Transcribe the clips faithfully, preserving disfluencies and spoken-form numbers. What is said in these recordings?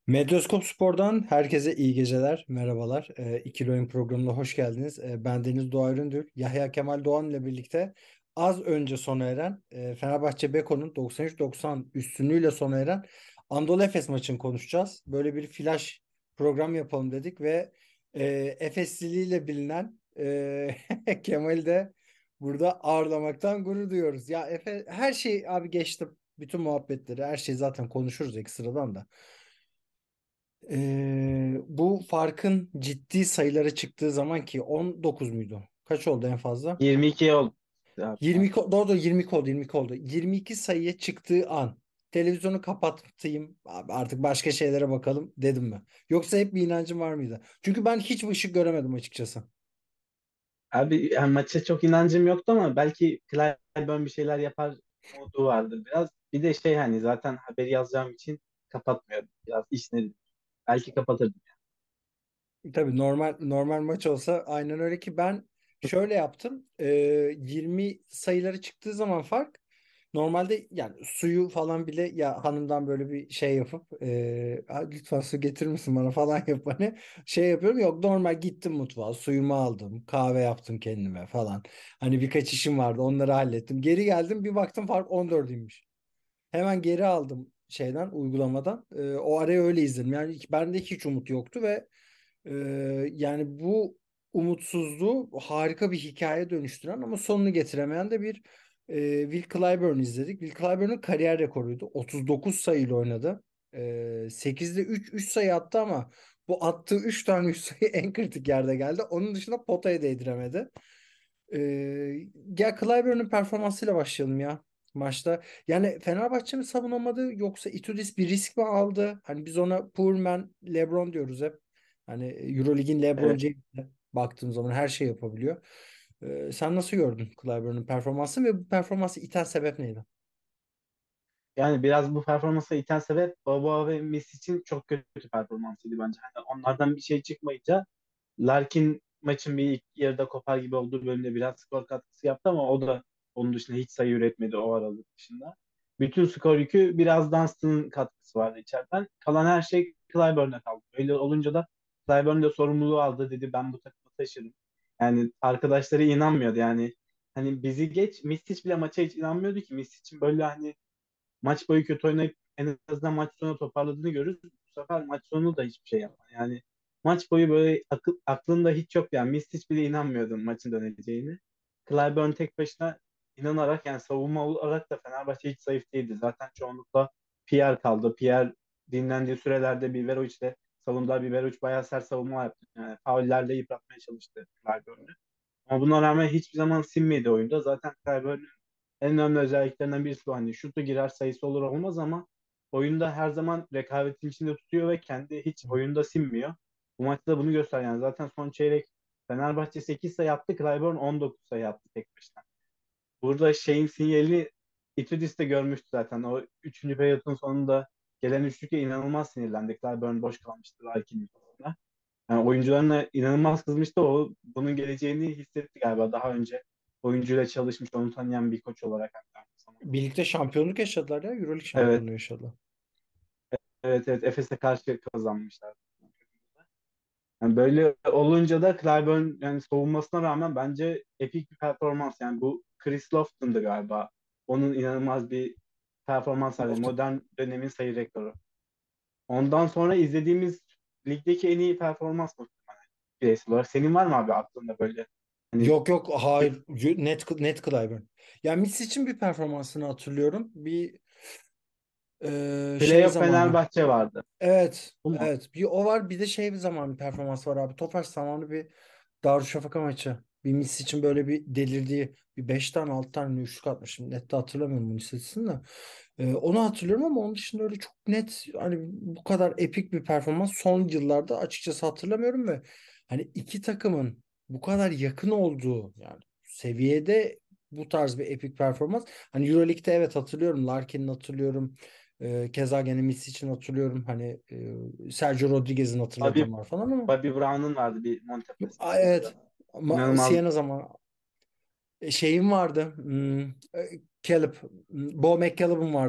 Medyaskop Spor'dan herkese iyi geceler, merhabalar. Ee, İkili Oyun programına hoş geldiniz. Ee, ben Deniz Doğa Üründür. Yahya Kemal Doğan ile birlikte az önce sona eren e, Fenerbahçe Beko'nun doksan üç doksan üstünlüğüyle sona eren Anadolu Efes maçını konuşacağız. Böyle bir flash program yapalım dedik ve e, Efesliliğiyle bilinen e, Kemal'i de burada ağırlamaktan gurur duyuyoruz. Ya Efe, her şey abi geçtim. Bütün muhabbetleri, her şeyi zaten konuşuruz ekstradan da. Ee, bu farkın ciddi sayıları çıktığı zaman ki on dokuz muydu? Kaç oldu en fazla? yirmi iki oldu abi. yirmi iki, doğru doğru yirmi iki oldu, yirmi iki oldu. yirmi iki sayıya çıktığı an televizyonu kapattım. Abi artık başka şeylere bakalım dedim mi? Yoksa hep bir inancım var mıydı? Çünkü ben hiç ışık göremedim açıkçası. Abi yani maça çok inancım yoktu ama belki Clyburn bir şeyler yapar umudu vardı biraz. Bir de şey hani zaten haberi yazacağım için kapatmıyordum. Biraz iş ne belki kapatırdım. Tabii normal normal maç olsa aynen öyle ki ben şöyle yaptım. Ee, yirmi sayıları çıktığı zaman fark normalde yani suyu falan bile ya hanımdan böyle bir şey yapıp e, "Ha, lütfen su getirir misin bana" falan yap hani şey yapıyorum. Yok, normal gittim mutfağa, suyumu aldım, kahve yaptım kendime falan. Hani birkaç işim vardı, onları hallettim. Geri geldim, bir baktım fark on dördüymüş. Hemen geri aldım şeyden, uygulamadan. Ee, o arayı öyle izledim. Yani hiç- bende hiç umut yoktu ve ee, yani bu umutsuzluğu harika bir hikaye dönüştüren ama sonunu getiremeyen de bir e, Will Clyburn izledik. Will Clyburn'un kariyer rekoruydu. otuz dokuz sayıyla oynadı. Ee, sekizde üç, üç sayı attı ama bu attığı üç tane üç sayı en kritik yerde geldi. Onun dışında potaya değdiremedi. Ee, Gel Clyburn'un performansıyla başlayalım ya maçta. Yani Fenerbahçe mi savunamadı yoksa Itudis bir risk mi aldı? Hani biz ona poor man LeBron diyoruz hep. Hani Eurolig'in LeBron Evet. James'e baktığım zaman her şey yapabiliyor. Ee, sen nasıl gördün Clyburn'un performansını ve bu performansı iten sebep neydi? Yani biraz bu performansa iten sebep Boba ve Messi için çok kötü performansıydı bence. Hani onlardan bir şey çıkmayınca Larkin maçın bir ilk yarıda kopar gibi olduğu bölümde biraz skor katkısı yaptı ama o da onun dışında hiç sayı üretmedi o aralık dışında. Bütün skor yükü biraz Dunstan'ın katkısı vardı içeriden. Kalan her şey Clyburn'e kaldı. Öyle olunca da Clyburn de sorumluluğu aldı, dedi ben bu takımı taşırım. Yani arkadaşları inanmıyordu yani. Hani bizi geç, Mistic bile maça hiç inanmıyordu ki. Mistic'in böyle hani maç boyu kötü oynayıp en azından maç sonu toparladığını görürüz. Bu sefer maç sonu da hiçbir şey yapmadı. Yani maç boyu böyle akıl, aklında hiç yok yani. Mistic bile inanmıyordum maçın döneceğini. Clyburn tek başına inanarak yani savunma olarak da Fenerbahçe hiç zayıf değildi. Zaten çoğunlukla Pierre kaldı. Pierre dinlendiği sürelerde Biberoviç'le savundular. Biberoviç bayağı sert savunma yaptı. Yani faullerle yıpratmaya çalıştı Clyburn'u. Ama buna rağmen hiçbir zaman sinmedi oyunda. Zaten Clyburn'un en önemli özelliklerinden birisi bu. Hani şutu girer sayısı olur olmaz ama oyunda her zaman rekabetin içinde tutuyor ve kendi hiç oyunda sinmiyor. Bu maçta da bunu göster yani. Zaten son çeyrek Fenerbahçe sekiz sayı attı. Clyburn on dokuz sayı attı tek başına. Burada şeyin sinyalini Itudis de görmüştü zaten. O üçüncü periyodun sonunda gelen üçlüke inanılmaz sinirlendi. Clyburn boş kalmıştı Larkin'in sonunda. Yani oyuncularına inanılmaz kızmıştı. O bunun geleceğini hissetti galiba daha önce. Oyuncuyla çalışmış, onu tanıyan bir koç olarak hatta. Birlikte şampiyonluk yaşadılar ya. Euroleague Evet, şampiyonluğu yaşadılar. evet, evet. Efes'e karşı kazanmışlar. Yani böyle olunca da Clyburn yani savunmasına rağmen bence epik bir performans. Yani bu Chris Lofton'du galiba. Onun inanılmaz bir performans vardı. Lofton. Modern dönemin sayı rekoru. Ondan sonra izlediğimiz ligdeki en iyi performans muhtemelen bireysel olarak. Senin var mı abi aklında böyle? Hani Yok yok, hayır, net net Clyburn. Ya Mitch için bir performansını hatırlıyorum. Bir e, şey playoff zamanı. Fenerbahçe vardı. Evet, Bu mu? evet. Bir o var, bir de şey bir zaman bir performans var abi. Tofaş zamanı bir Darüşşafaka maçı. Bir Miss için böyle bir delirdiği bir beş tane altı tane üçlük atmışım. Net de hatırlamıyorum bunun istatistiğini de. Ee, onu hatırlıyorum ama onun dışında öyle çok net hani bu kadar epik bir performans son yıllarda açıkçası hatırlamıyorum ve hani iki takımın bu kadar yakın olduğu yani seviyede bu tarz bir epik performans. Hani Euroleague'de evet hatırlıyorum. Larkin'in hatırlıyorum. Ee, keza gene Messi için hatırlıyorum. Hani e, Sergio Rodriguez'in Bobby, hatırladığım var falan ama Bobby Brown'un vardı bir Montepas'ta Aa, mesela. evet. Ama İnanılmaz. Siena zaman e, şeyim vardı. Hmm, e, Caleb. Hmm, Bo McCallum'un vardı.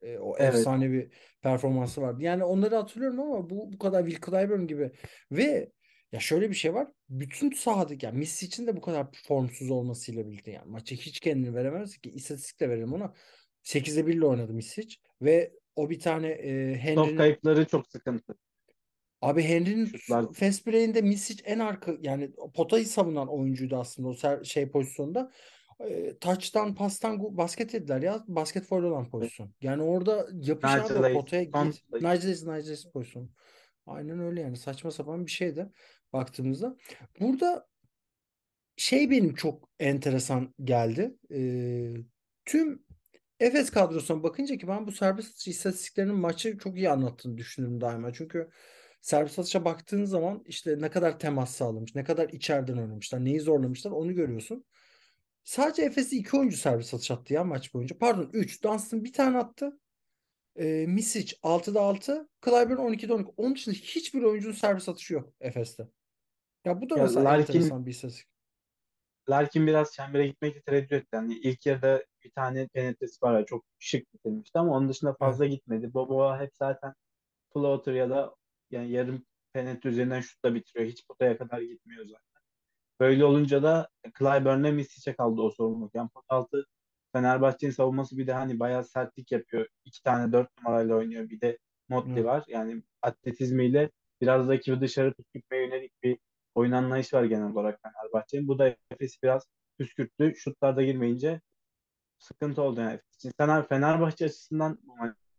E, o Evet. efsane bir performansı vardı. Yani onları hatırlıyorum ama bu bu kadar Will Clyburn gibi ve ya şöyle bir şey var. Bütün sahadaki yani Messi için de bu kadar formsuz olmasıyla birlikte yani maça hiç kendini veremez ki istatistik de verelim ona. sekizde bir ile oynadı Misic ve o bir tane e, Top Henry'nin kayıpları çok sıkıntı. abi Henry'nin Şutlar. fast break'inde Misic en arka yani potayı savunan oyuncuydu aslında o ser- şey pozisyonda. E, touch'tan pastan gu- basket dediler ya. Basket foul olan pozisyon. Yani orada yapış abi o Nigel potaya son git. Nice's Nice's pozisyonu. Aynen öyle yani saçma sapan bir şeydi baktığımızda. Burada şey benim çok enteresan geldi. Ee, tüm Efes kadrosuna bakınca ki ben bu serbest atış istatistiklerinin maçı çok iyi anlattığını düşünüyorum daima. Çünkü serbest atışa baktığın zaman işte ne kadar temas sağlamış, ne kadar içeriden oynamışlar, neyi zorlamışlar onu görüyorsun. Sadece Efes'te iki oyuncu serbest atış attı ya maç boyunca. Pardon üç. Dunstan bir tane attı. Ee, Misic altıda altı. Clyburn on ikide on iki. Onun dışında hiçbir oyuncunun serbest atışı yok Efes'te. Ya bu da Ya mesela Larkin enteresan bir istatistik. Larkin biraz çembere gitmekte tereddüt etti. Yani ilk yarıda bir tane penetresi var ya, çok şık bitirmişti ama onun dışında Evet. fazla gitmedi. Boboa hep zaten floater ya da yani yarım penetre üzerinden şutla bitiriyor. Hiç potaya kadar gitmiyor zaten. Böyle olunca da Clyburn'le Misic'e kaldı o sorumluluk. Yani pot altı Fenerbahçe'nin savunması bir de hani bayağı sertlik yapıyor. İki tane dört numarayla oynuyor. Bir de Motley Evet. var. Yani atletizmiyle biraz rakibi dışarı püskürtmeye yönelik bir oyun anlayışı var genel olarak Fenerbahçe'nin. Bu da Efes'i biraz püskürttü. Şutlarda girmeyince sıkıntı oldu yani Efes için. Sen abi Fenerbahçe açısından bu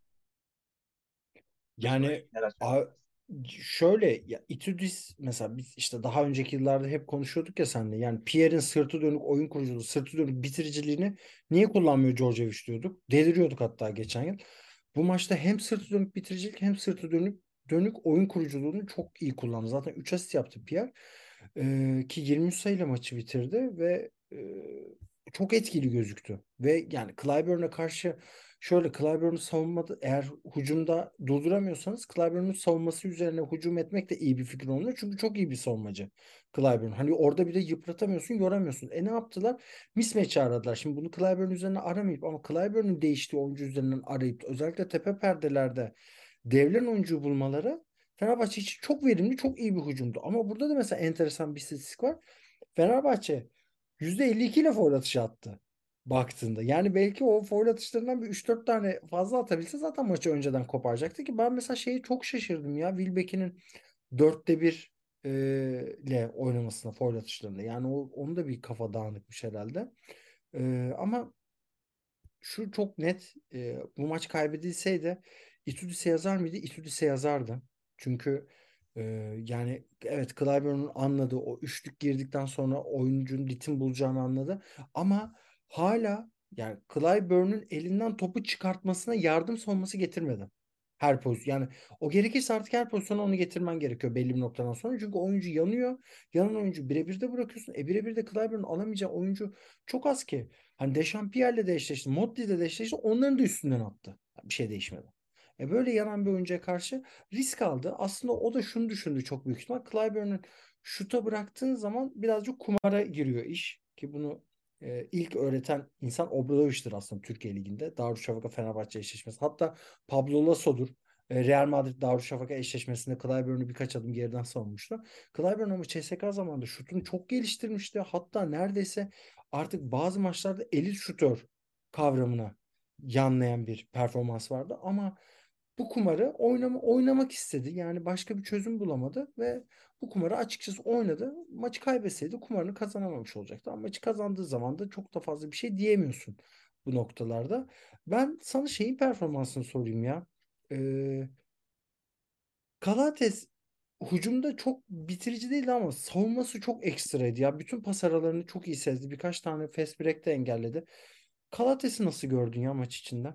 maçla Yani ilgili neler a- söylemek şöyle ya Itudis mesela biz işte daha önceki yıllarda hep konuşuyorduk ya seninle. Yani Pierre'in sırtı dönük oyun kuruculuğu, sırtı dönük bitiriciliğini niye kullanmıyor Djordjevic diyorduk. Deliriyorduk hatta geçen yıl. Bu maçta hem sırtı dönük bitiricilik hem sırtı dönük dönük oyun kuruculuğunu çok iyi kullandı. Zaten üç asist yaptı Pierre. Ee, ki yirmi üç sayıyla maçı bitirdi ve e, çok etkili gözüktü. Ve yani Clyburn'a karşı şöyle Clyburn'u savunmada eğer hücumda durduramıyorsanız Clyburn'un savunması üzerine hücum etmek de iyi bir fikir olmuyor. Çünkü çok iyi bir savunmacı Clyburn. Hani orada bir de yıpratamıyorsun, yoramıyorsun. E ne yaptılar? Mismatch aradılar. Şimdi bunu Clyburn üzerine aramayıp ama Clyburn'un değiştiği oyuncu üzerinden arayıp özellikle tepe perdelerde devlen oyuncu bulmaları Fenerbahçe için çok verimli, çok iyi bir hücumdu. Ama burada da mesela enteresan bir istatistik var. Fenerbahçe yüzde elli iki ile foul atışı attı baktığında. Yani belki o foul atışlarından bir üç dört tane fazla atabilse zaten maçı önceden koparacaktı ki ben mesela şeyi çok şaşırdım ya Wilbeck'in dörtte bir e, ile oynamasına foul atışlarında. Yani o, onun da bir kafa dağınıkmış herhalde. E, ama şu çok net e, bu maç kaybedilseydi Itudis'e yazar mıydı? Itudis'e yazardı. Çünkü e, yani evet Clyburn'un anladı o üçlük girdikten sonra oyuncunun ritim bulacağını anladı. Ama hala yani Clyburn'un elinden topu çıkartmasına yardım savunması getirmedi. Her pozisyon. Yani o gerekirse artık her pozisyona onu getirmen gerekiyor belli bir noktadan sonra. Çünkü oyuncu yanıyor. Yanan oyuncu birebir de bırakıyorsun. E birebir de Clyburn'un alamayacağı oyuncu çok az ki. Hani Dechampierre'le de eşleşti. Motley'le de eşleşti. Onların da üstünden attı. Bir şey değişmedi. E böyle yanan bir oyuncuya karşı risk aldı. Aslında o da şunu düşündü çok büyük ihtimal. Clyburn'un şuta bıraktığın zaman birazcık kumara giriyor iş. Ki bunu e, ilk öğreten insan Obradoviç'tir aslında Türkiye Ligi'nde. Darüşşafaka Fenerbahçe eşleşmesi. Hatta Pablo Lasso'dur. E, Real Madrid Darüşşafaka eşleşmesinde Clyburn'u birkaç adım geriden savunmuştu. Clyburn ama C S K zamanında şutunu çok geliştirmişti. Hatta neredeyse artık bazı maçlarda elit şutör kavramına yanlayan bir performans vardı ama bu kumarı oynama, oynamak istedi. Yani başka bir çözüm bulamadı ve bu kumarı açıkçası oynadı. Maçı kaybetseydi kumarını kazanamamış olacaktı. Ama maçı kazandığı zaman da çok da fazla bir şey diyemiyorsun bu noktalarda. Ben sana şeyin performansını sorayım ya. Ee, Galates hücumda çok bitirici değildi ama savunması çok ekstraydı ya. Bütün pas aralarını çok iyi sezdi. Birkaç tane fast break de engelledi. Kalates'i nasıl gördün ya maç içinde?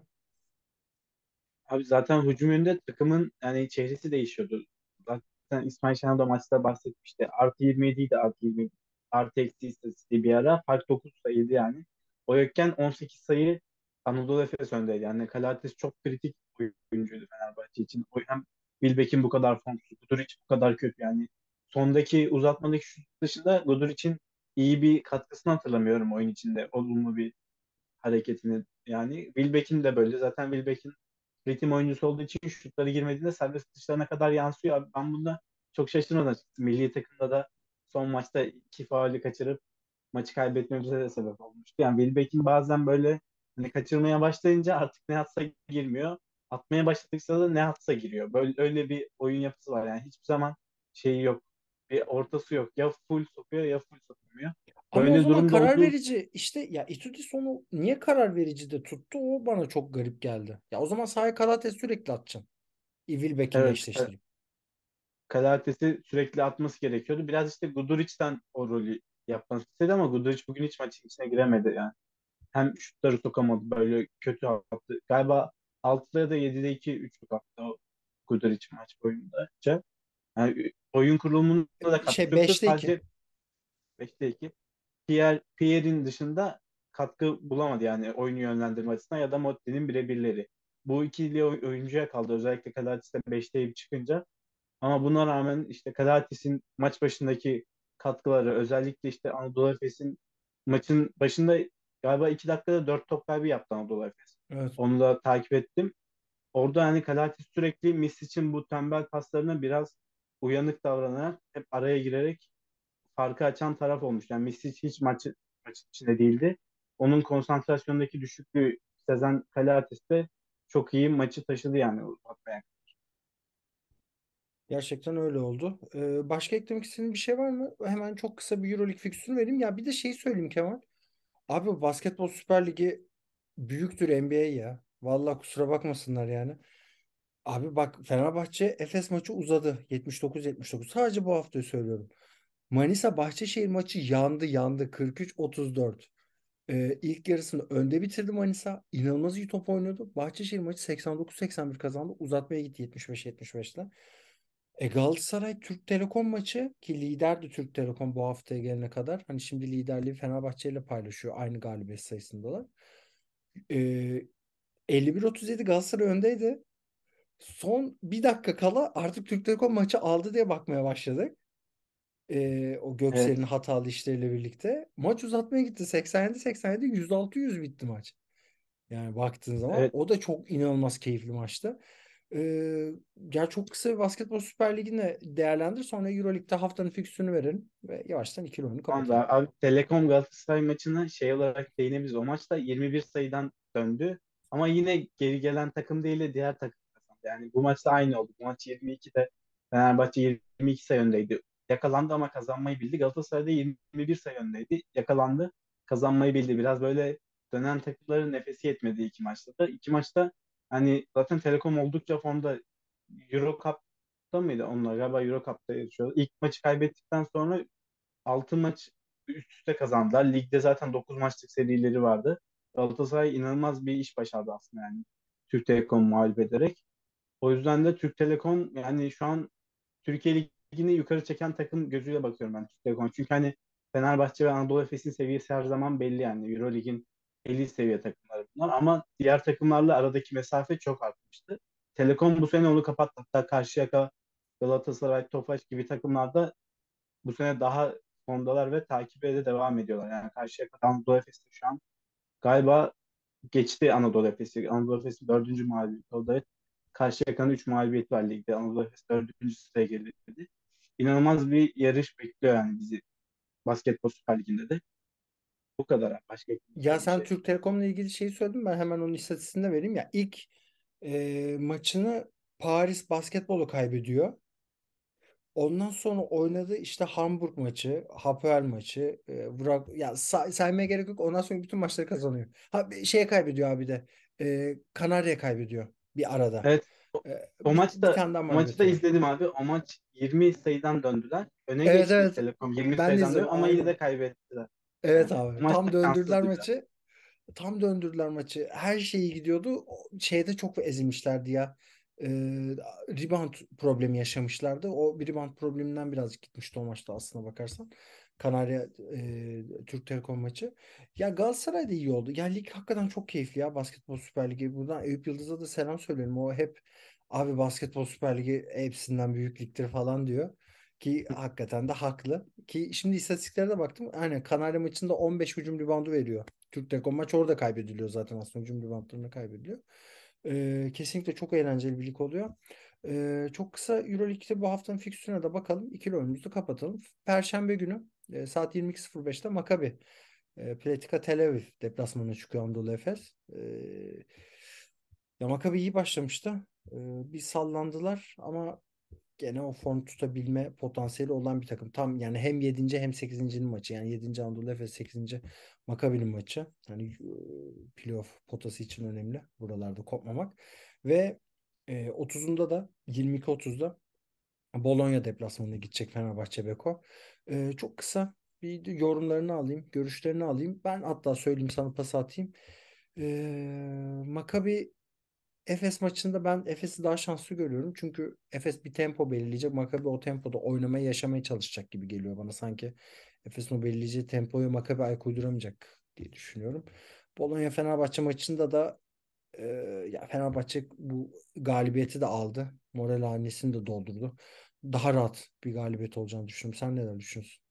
Abi zaten hücum yönünde takımın yani çehresi değişiyordu. Zaten İsmail Şenol da maçta bahsetmişti. Artı yirmi yedi idi, artı yirmi yedi. Artı eksi istatistiği bir ara. Fark dokuz sayıydı yani. O yokken on sekiz sayı Anadolu Efes öndeydi. Yani Kalates çok kritik oyuncuydu Fenerbahçe için. O hem Wilbeck'in bu kadar formsuz, Guduric bu kadar kötü yani. Sondaki uzatmadaki şut dışında Guduric'in iyi bir katkısını hatırlamıyorum oyun içinde. Olumlu bir hareketini yani. Wilbeck'in de böyle. Zaten Wilbeck'in ritim oyuncusu olduğu için şutları girmediğinde serbest atışlarına kadar yansıyor. Abi ben bunda çok şaşırmadım açıkçası. Milli takımda da son maçta iki faulü kaçırıp maçı kaybetmemize de sebep olmuştu. Yani Wilbeck'in bazen böyle hani kaçırmaya başlayınca artık ne atsa girmiyor. Atmaya başladıkça da ne atsa giriyor. Böyle öyle bir oyun yapısı var. Yani hiçbir zaman şeyi yok. Bir ortası yok. Ya full sokuyor ya full sokmuyor. Ama o Böyle zaman durumda karar olduğu verici işte, ya Itudis onu niye karar verici de tuttu, o bana çok garip geldi. Ya o zaman sahaya Karates sürekli atacaksın. Wilbeck'inle evet, eşleştirip. Kalates sürekli atması gerekiyordu. Biraz işte Guduric'den o rolü yapmak istedi ama Guduric bugün hiç maçın içine giremedi yani. Hem şutları sokamadı, böyle kötü attı. Galiba altıda ya da yedide iki üçlük attı o Guduric maç boyunca. Yani oyun kurulumunda da Şey katkısı yoktu. beşte iki. Sadece beşte iki. Pierre, Pierre'in dışında katkı bulamadı yani oyunu yönlendirme açısından ya da Motti'nin birebirleri. Bu ikili oy- oyuncuya kaldı. Özellikle Kalatis'te beşte çıkınca. Ama buna rağmen işte Karatis'in maç başındaki katkıları, özellikle işte Anadolu Efes'in maçın başında galiba iki dakikada dört top kaybı yaptı Anadolu Efes. Evet. Onu da takip ettim. Orada hani Karatis sürekli Miss için bu tembel paslarına biraz uyanık davranarak hep araya girerek farkı açan taraf olmuş. Yani Miss hiç maçı, maçın içinde değildi. Onun konsantrasyondaki düşüklüğü Sezen Karatis de çok iyi maçı taşıdı yani uzatmaya. Gerçekten öyle oldu. Ee, başka eklemek istediğin bir şey var mı? Hemen çok kısa bir Euroleague fikstürünü vereyim. Ya bir de şey söyleyeyim Kemal. Abi bu Basketbol Süper Ligi büyüktür N B A ya. Vallahi kusura bakmasınlar yani. Abi bak, Fenerbahçe Efes maçı uzadı. yetmiş dokuz yetmiş dokuz. Sadece bu haftayı söylüyorum. Manisa Bahçeşehir maçı yandı yandı. kırk üç otuz dört. Ee, ilk yarısını önde bitirdi Manisa. İnanılmaz iyi top oynuyordu. Bahçeşehir maçı seksen dokuz seksen bir kazandı. Uzatmaya gitti yetmiş beş yetmiş beşte. E Galatasaray Türk Telekom maçı, ki liderdi Türk Telekom bu haftaya gelene kadar. Hani şimdi liderliği Fenerbahçe ile paylaşıyor. Aynı galibiyet sayısındalar. E, elli bir otuz yedi Galatasaray öndeydi. Son bir dakika kala artık Türk Telekom maçı aldı diye bakmaya başladık. E, o Göksel'in Evet. hatalı işleriyle birlikte. Maç uzatmaya gitti. seksen yedi seksen yedi yüz altı yüz bitti maç. Yani baktığın zaman Evet. o da çok inanılmaz keyifli maçtı. Ee, ya çok kısa bir Basketbol Süper Ligi'ni değerlendir. Sonra Euroleague'de haftanın fikstürünü verelim. Ve yavaştan ikili oyunu Tamam kapatalım. da abi Telekom Galatasaray maçına şey olarak değinebiliriz. O maçta yirmi bir sayıdan döndü. Ama yine geri gelen takım değil de diğer takım kazandı. Yani bu maçta aynı oldu. Bu maç yirmi ikide Fenerbahçe yirmi iki sayı öndeydi. Yakalandı ama kazanmayı bildi. Galatasaray da yirmi bir sayı öndeydi. Yakalandı, kazanmayı bildi. Biraz böyle dönen takımların nefesi yetmedi iki maçta da. İki maçta hani zaten Telekom oldukça formda. Euro Cup'ta mıydı onlar? Galiba Euro Cup'ta yarışıyordu. İlk maçı kaybettikten sonra altı maç üst üste kazandılar. Ligde zaten dokuz maçlık serileri vardı. Galatasaray inanılmaz bir iş başardı aslında yani. Türk Telekom mağlup ederek. O yüzden de Türk Telekom yani şu an Türkiye Ligi'ni yukarı çeken takım gözüyle bakıyorum ben Türk Telekom. Çünkü hani Fenerbahçe ve Anadolu Efes'in seviyesi her zaman belli yani. Eurolig'in elli seviye takımları bunlar. Ama diğer takımlarla aradaki mesafe çok artmıştı. Telekom bu sene onu kapattı. Hatta Karşıyaka, Galatasaray, Tofaş gibi takımlarda bu sene daha fondalar ve takibe de devam ediyorlar. Yani Karşıyaka Anadolu Efes'te şu an galiba geçti Anadolu Efes'i. Anadolu Efes'in dördüncü mağlubiyeti oldu. Evet. Karşıyaka'nın üç mağlubiyeti var ligde. Anadolu Efes dördüncü sıraya geriledi. İnanılmaz bir yarış bekliyor yani bizi Basketbol Süper Ligi'nde de. Bu kadar. Başka Ya bir sen şey. Türk Telekom'la ilgili şeyi söyledin. Ben hemen onun istatistiğini de vereyim. Ya ilk e, maçını Paris Basketbolu kaybediyor. Ondan sonra oynadığı işte Hamburg maçı, Hapoel maçı, e, Vrak, ya say- saymaya gerek yok. Ondan sonra bütün maçları kazanıyor. Ha bir şeye kaybediyor abi de. E, Kanarya kaybediyor bir arada. Evet. O, E, o bir, bir maçta tane daha o maçı da mağlubiyeti var. izledim abi. O maç yirmi sayıdan döndüler. Öne Evet geçti evet. Telekom yirmi Ben de sayıdan izledim dönüyor ama yine aynen. de kaybettiler. Evet Yani o abi. maç Tam da döndürdüler şanssızdı biraz. maçı. Tam döndürdüler maçı. Her şey iyi gidiyordu. O şeyde çok ezilmişlerdi ya. Ee, rebound problemi yaşamışlardı. O bir rebound probleminden birazcık gitmişti o maçta aslına bakarsan. Kanarya e, Türk Telekom maçı. Ya Galatasaray da iyi oldu. Ya lig hakikaten çok keyifli ya, Basketbol Süper Ligi. Buradan Eyüp Yıldız'a da selam söyleyelim. O hep abi Basketbol Süper Ligi hepsinden büyük ligdir falan diyor. Ki hakikaten de haklı. Ki şimdi istatistiklere de baktım. Aynen Kanarya maçında on beş hücum ribandı veriyor. Türk Telekom maç orada kaybediliyor zaten, aslında hücum reboundlarında kaybediliyor. Ee, kesinlikle çok eğlenceli bir lig oluyor. Ee, çok kısa Euroleague'de bu haftanın fikstürüne de bakalım. İkili oyunumuzu kapatalım. Perşembe günü e, saat yirmi iki sıfır beşte Maccabi e, Pletika Tel Aviv deplasmanına çıkıyor Anadolu Efes. Ee, ya Maccabi iyi başlamıştı. Ee, bir sallandılar ama gene o form tutabilme potansiyeli olan bir takım. Tam yani hem yedinci hem sekizincinin maçı. Yani yedinci Anadolu Efes, sekizinci Maccabi'nin maçı. Hani e, playoff potası için önemli buralarda kopmamak. Ve e, otuzunda da yirmi iki otuzda Bologna deplasmanına gidecek Fenerbahçe Beko. E, çok kısa bir de yorumlarını alayım, görüşlerini alayım. Ben hatta söyleyeyim sana pas atayım. E, Maccabi Efes maçında ben Efes'i daha şanslı görüyorum. Çünkü Efes bir tempo belirleyecek. Maccabi o tempoda oynamaya, yaşamaya çalışacak gibi geliyor bana. Sanki Efes'in o belirleyeceği tempoyu Maccabi ayak uyduramayacak diye düşünüyorum. Bologna Fenerbahçe maçında da e, ya Fenerbahçe bu galibiyeti de aldı. Moral hanesini de doldurdu. Daha rahat bir galibiyet olacağını düşünüyorum. Sen neler düşünüyorsun?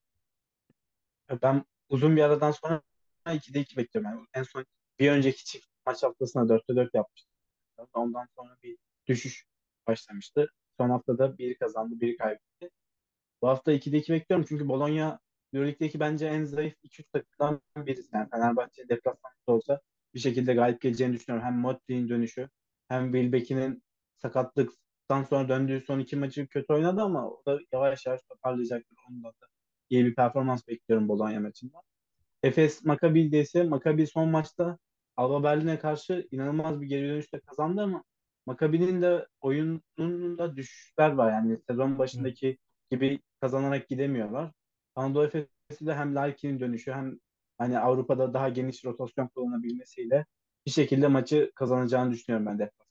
Ben uzun bir aradan sonra ikide iki bekliyorum. Yani en son bir önceki çift maç haftasında dörtte dört yapmıştı. Ondan sonra bir düşüş başlamıştı. Son haftada biri kazandı, biri kaybetti. Bu hafta ikide iki bekliyorum çünkü Bologna Euroleague'deki bence en zayıf iki üç takımdan birisi. Yani Fenerbahçe deplasmanda olsa bir şekilde galip geleceğini düşünüyorum. Hem Motley'in dönüşü hem Wilbeck'in sakatlıktan sonra döndüğü son iki maçı kötü oynadı ama o da yavaş yavaş toparlayacaktır. Ondan da iyi bir performans bekliyorum Bologna maçında. Efes Maccabi'de ise Maccabi son maçta Alba Berlin'e karşı inanılmaz bir geri dönüşle kazandı ama Maccabi'nin de oyununda düşüşler var. Yani sezon Hı. başındaki gibi kazanarak gidemiyorlar. Anadolu Efes'i de hem Larkin'in dönüşü hem hani Avrupa'da daha geniş rotasyon kullanabilmesiyle bir şekilde maçı kazanacağını düşünüyorum ben de.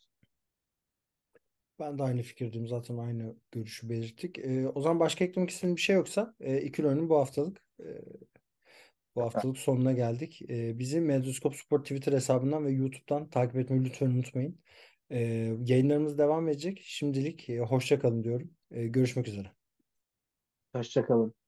Ben de aynı fikirdeyim. Zaten aynı görüşü belirttik. E, o zaman başka eklemek istediğin bir şey yoksa e, ikili oyunun bu haftalık e, bu haftalık sonuna geldik. Ee, bizi Medyaskop Spor Twitter hesabından ve YouTube'dan takip etmeyi lütfen unutmayın. Ee, yayınlarımız devam edecek. Şimdilik e, hoşça kalın diyorum. Ee, görüşmek üzere. Hoşçakalın.